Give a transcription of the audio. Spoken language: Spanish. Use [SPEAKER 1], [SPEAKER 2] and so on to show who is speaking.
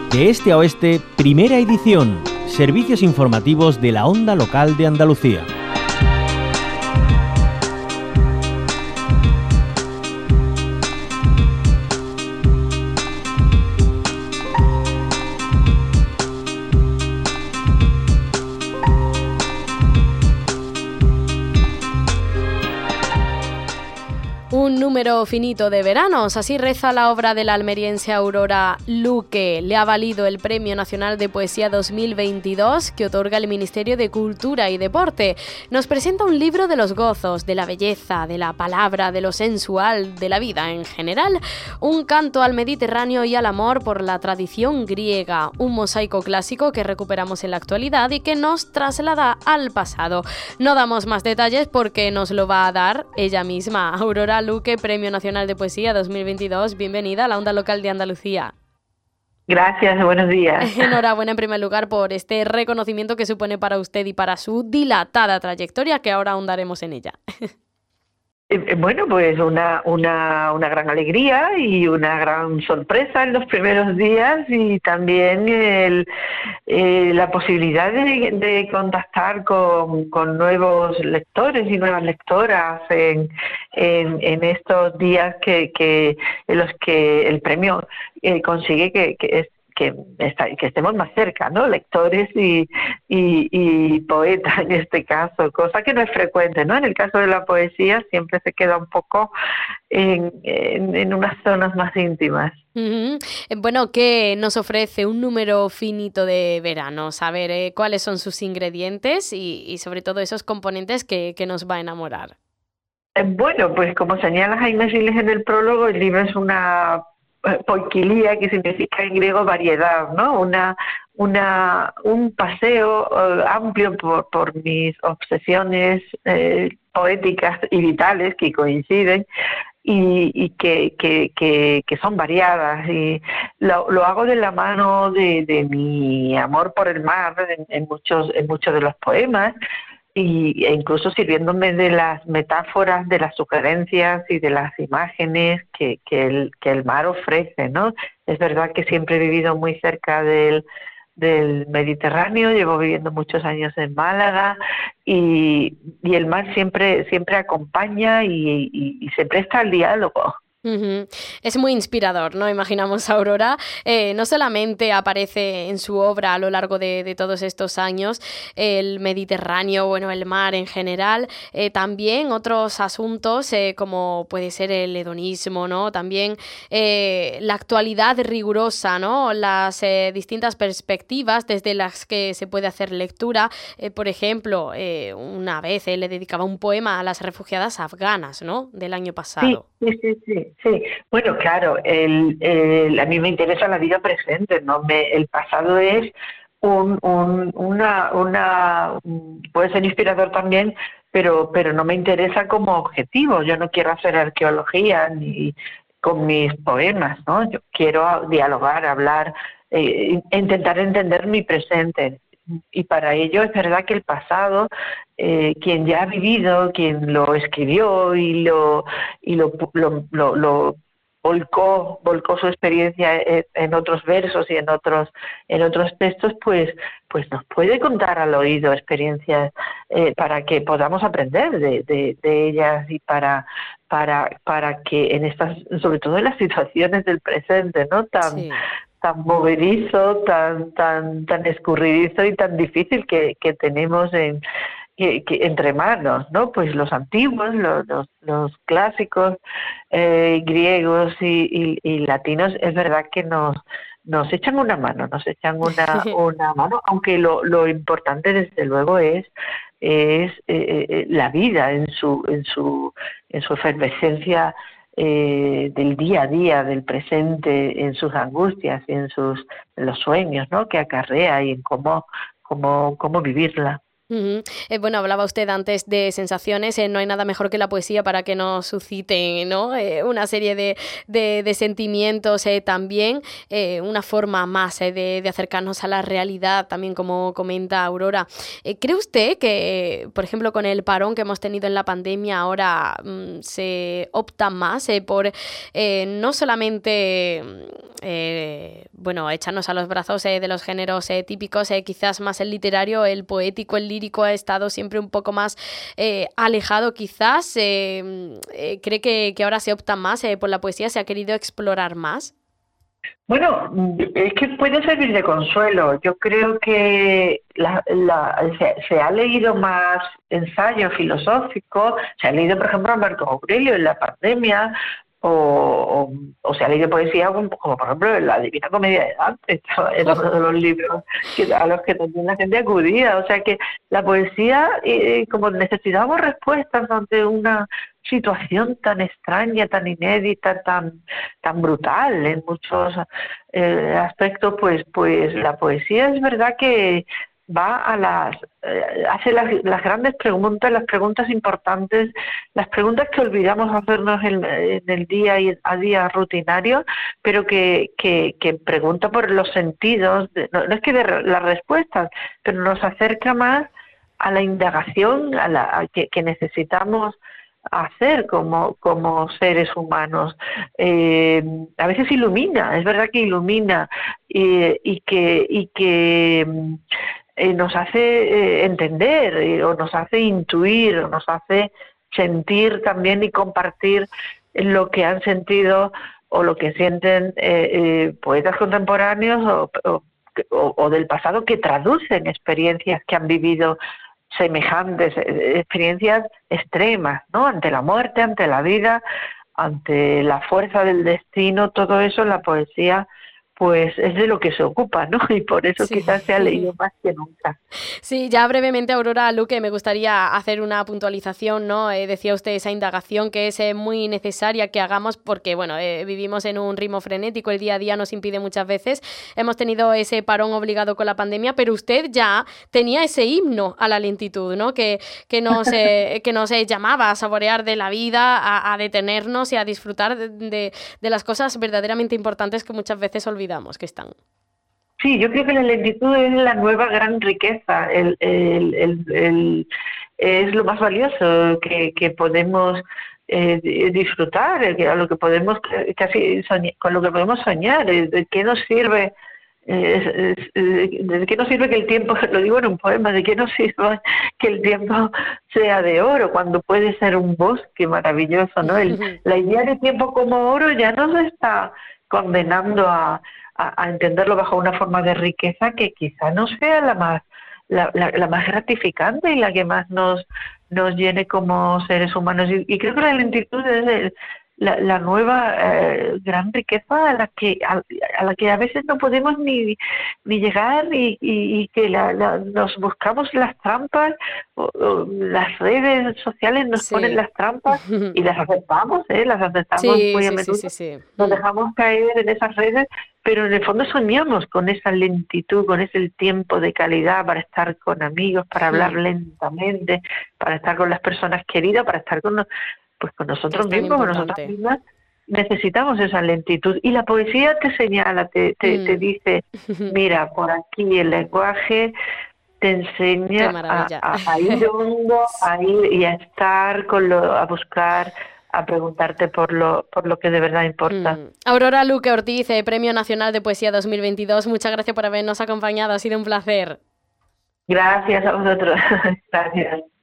[SPEAKER 1] De este a oeste, primera edición. Servicios informativos de la Onda Local de Andalucía.
[SPEAKER 2] Un número finito de veranos, así reza la obra de la almeriense Aurora Luque. Le ha valido el Premio Nacional de Poesía 2022 que otorga el Ministerio de Cultura y Deporte. Nos presenta un libro de los gozos, de la belleza, de la palabra, de lo sensual, de la vida en general. Un canto al Mediterráneo y al amor por la tradición griega. Un mosaico clásico que recuperamos en la actualidad y que nos traslada al pasado. No damos más detalles porque nos lo va a dar ella misma, Aurora Luque, Premio Nacional de Poesía 2022. Bienvenida a la Onda Local de Andalucía.
[SPEAKER 3] Gracias, buenos días.
[SPEAKER 2] Enhorabuena en primer lugar por este reconocimiento que supone para usted y para su dilatada trayectoria, que ahora ahondaremos en ella.
[SPEAKER 3] Bueno, pues una gran alegría y una gran sorpresa en los primeros días, y también la posibilidad de contactar con nuevos lectores y nuevas lectoras en estos días en los que el premio consigue que estemos más cerca, ¿no? Lectores y poetas en este caso, cosa que no es frecuente, ¿no? En el caso de la poesía siempre se queda un poco en unas zonas más íntimas.
[SPEAKER 2] Uh-huh. Bueno, ¿qué nos ofrece un número finito de verano? Saber cuáles son sus ingredientes y sobre todo esos componentes que nos va a enamorar.
[SPEAKER 3] Bueno, pues como señala Jaime Siles en el prólogo, el libro es una poikilía, que significa en griego variedad, ¿no? Un paseo amplio por mis obsesiones poéticas y vitales que coinciden y que son variadas, y lo hago de la mano de mi amor por el mar en muchos de los poemas, e incluso sirviéndome de las metáforas, de las sugerencias y de las imágenes que el mar ofrece, ¿no? Es verdad que siempre he vivido muy cerca del Mediterráneo, llevo viviendo muchos años en Málaga, y el mar siempre acompaña y se presta al diálogo.
[SPEAKER 2] Uh-huh. Es muy inspirador, ¿no? Imaginamos a Aurora. No solamente aparece en su obra a lo largo de todos estos años el Mediterráneo, bueno, el mar en general, también otros asuntos como puede ser el hedonismo, ¿no? También la actualidad rigurosa, ¿no? Las distintas perspectivas desde las que se puede hacer lectura. Por ejemplo, una vez le dedicaba un poema a las refugiadas afganas, ¿no? Del año pasado.
[SPEAKER 3] Sí. Bueno, claro, a mí me interesa la vida presente, ¿no? El pasado es puede ser inspirador también, pero no me interesa como objetivo. Yo no quiero hacer arqueología ni con mis poemas, ¿no? Yo quiero dialogar, hablar, intentar entender mi presente. Y para ello es verdad que el pasado, quien ya ha vivido, quien lo escribió y lo volcó su experiencia en otros versos y en otros textos, pues nos puede contar al oído experiencias para que podamos aprender de ellas, y para que en estas, sobre todo en las situaciones del presente, ¿no? Tan movedizo, tan escurridizo y tan difícil que tenemos que entre manos, ¿no? Pues los antiguos, los clásicos griegos y latinos, es verdad que nos echan una mano, una mano, aunque lo importante desde luego es la vida en su efervescencia del día a día, del presente, en sus angustias y en los sueños, ¿no? Que acarrea, y en cómo vivirla.
[SPEAKER 2] Uh-huh. Bueno, hablaba usted antes de sensaciones, no hay nada mejor que la poesía para que nos susciten, ¿no? Una serie de sentimientos, también una forma más de acercarnos a la realidad, también como comenta Aurora. ¿Cree usted que, por ejemplo, con el parón que hemos tenido en la pandemia, ahora se opta más por no solamente bueno, echarnos a los brazos de los géneros típicos, quizás más el literario, el poético, el lírico ha estado siempre un poco más alejado quizás. ¿Cree que ahora se opta más por la poesía? ¿Se ha querido explorar más?
[SPEAKER 3] Bueno, es que puede servir de consuelo. Yo creo que se ha leído más ensayo filosófico, se ha leído, por ejemplo, a Marco Aurelio en la pandemia, o se ha leído poesía como, por ejemplo, la Divina Comedia de Dante, era uno de los libros a los que también la gente acudía. O sea que la poesía, como necesitábamos respuestas ante una situación tan extraña, tan inédita, tan brutal en muchos aspectos, pues la poesía es verdad que va hace las grandes preguntas, las preguntas importantes, las preguntas que olvidamos hacernos en el día a día rutinario, pero que pregunta por los sentidos, no es que de las respuestas, pero nos acerca más a la indagación que necesitamos hacer como seres humanos. A veces ilumina, es verdad que ilumina, y que nos hace entender, o nos hace intuir, o nos hace sentir también y compartir lo que han sentido o lo que sienten poetas contemporáneos o del pasado, que traducen experiencias que han vivido semejantes, experiencias extremas, ¿no? Ante la muerte, ante la vida, ante la fuerza del destino, todo eso la poesía pues es de lo que se ocupa, ¿no? Y por eso quizás se ha leído más que nunca.
[SPEAKER 2] Sí, ya brevemente, Aurora Luque, me gustaría hacer una puntualización, ¿no? Decía usted esa indagación que es muy necesaria que hagamos porque, bueno, vivimos en un ritmo frenético, el día a día nos impide muchas veces, hemos tenido ese parón obligado con la pandemia, pero usted ya tenía ese himno a la lentitud, ¿no? Que nos llamaba a saborear de la vida, a detenernos y a disfrutar de las cosas verdaderamente importantes que muchas veces olvidamos que están.
[SPEAKER 3] Sí, yo creo que la lentitud es la nueva gran riqueza, es lo más valioso que podemos disfrutar, a lo que podemos casi soñar, con lo que podemos soñar. ¿De qué nos sirve? ¿De qué nos sirve que el tiempo, lo digo en un poema, de qué nos sirve que el tiempo sea de oro cuando puede ser un bosque maravilloso, ¿no? La idea de tiempo como oro ya nos está condenando a entenderlo bajo una forma de riqueza que quizá no sea la más gratificante y la que más nos llene como seres humanos. Y creo que la lentitud es la nueva gran riqueza a la que a veces no podemos ni llegar, y que nos buscamos las trampas, o las redes sociales nos ponen las trampas y las aceptamos muy a menudo. Sí. Nos dejamos caer en esas redes, pero en el fondo soñamos con esa lentitud, con ese tiempo de calidad para estar con amigos, para hablar lentamente, para estar con las personas queridas, para estar con nosotros mismos, con nosotras mismas. Necesitamos esa lentitud. Y la poesía te señala, te dice, mira, por aquí el lenguaje te enseña a ir hondo, a ir y a estar a buscar, a preguntarte por lo que de verdad importa.
[SPEAKER 2] Aurora Luque Ortiz, Premio Nacional de Poesía 2022, muchas gracias por habernos acompañado, ha sido un placer.
[SPEAKER 3] Gracias a vosotros. Gracias.